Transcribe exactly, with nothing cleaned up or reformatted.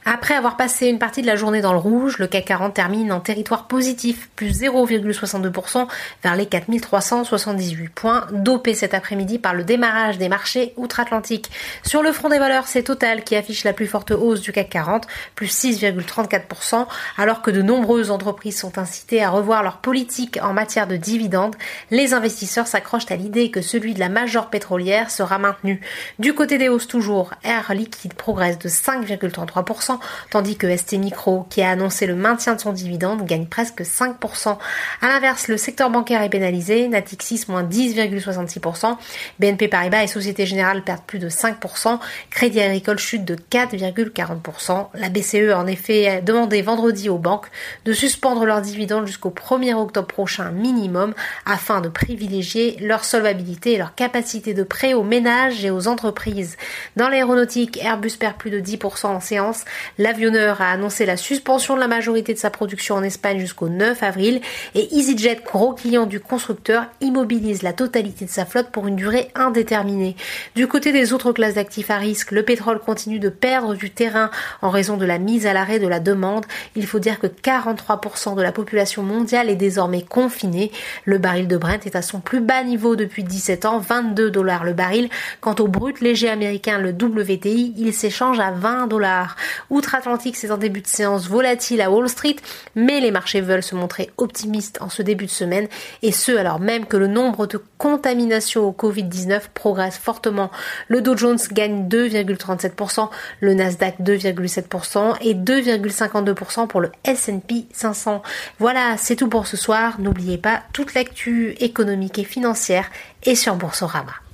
Après avoir passé une partie de la journée dans le rouge, le C A C quarante termine en territoire positif, plus zéro virgule soixante-deux pour cent vers les quatre mille trois cent soixante-dix-huit points, dopé cet après-midi par le démarrage des marchés outre-Atlantique. Sur le front des valeurs, c'est Total qui affiche la plus forte hausse du C A C quarante, plus six virgule trente-quatre pour cent, alors que de nombreuses entreprises sont incitées à revoir leur politique en matière de dividendes. Les investisseurs s'accrochent à l'idée que celui de la major pétrolière sera maintenu. Du côté des hausses toujours, Air Liquide progresse de cinq virgule trente-trois pour cent, tandis que S T Micro, qui a annoncé le maintien de son dividende, gagne presque cinq pour cent. À l'inverse, le secteur bancaire est pénalisé, Natixis moins dix virgule soixante-six pour cent, B N P Paribas et Société Générale perdent plus de cinq pour cent, Crédit Agricole chute de quatre virgule quarante pour cent. La B C E a en effet demandé vendredi aux banques de suspendre leurs dividendes jusqu'au premier octobre prochain minimum afin de privilégier leur solvabilité et leur capacité de prêt aux ménages et aux entreprises. Dans l'aéronautique, Airbus perd plus de dix pour cent en séance. L'avionneur a annoncé la suspension de la majorité de sa production en Espagne jusqu'au neuf avril et EasyJet, gros client du constructeur, immobilise la totalité de sa flotte pour une durée indéterminée. Du côté des autres classes d'actifs à risque, le pétrole continue de perdre du terrain en raison de la mise à l'arrêt de la demande. Il faut dire que quarante-trois pour cent de la population mondiale est désormais confinée. Le baril de Brent est à son plus bas niveau depuis dix-sept ans, vingt-deux dollars le baril. Quant au brut léger américain, le W T I, il s'échange à vingt dollars. Outre-Atlantique, c'est un début de séance volatile à Wall Street, mais les marchés veulent se montrer optimistes en ce début de semaine, et ce alors même que le nombre de contaminations au covid dix-neuf progresse fortement. Le Dow Jones gagne deux virgule trente-sept pour cent, le Nasdaq deux virgule sept pour cent et deux virgule cinquante-deux pour cent pour le S and P cinq cents. Voilà, c'est tout pour ce soir. N'oubliez pas, toute l'actu économique et financière est sur Boursorama.